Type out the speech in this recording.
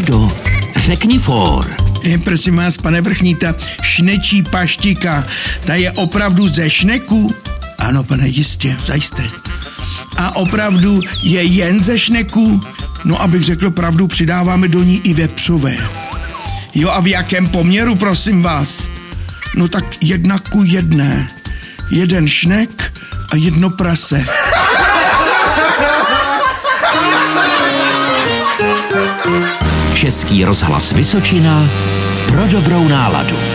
Láďo, řekni for. Prosím vás, pane vrchní, ta šnečí paštika, ta je opravdu ze šneků? Ano, pane, jistě, zajisté. A opravdu je jen ze šneků? No, abych řekl pravdu, přidáváme do ní i vepřové. Jo, a v jakém poměru, prosím vás? No tak 1:1. 1 šnek a 1 prase. Český rozhlas Vysočina pro dobrou náladu.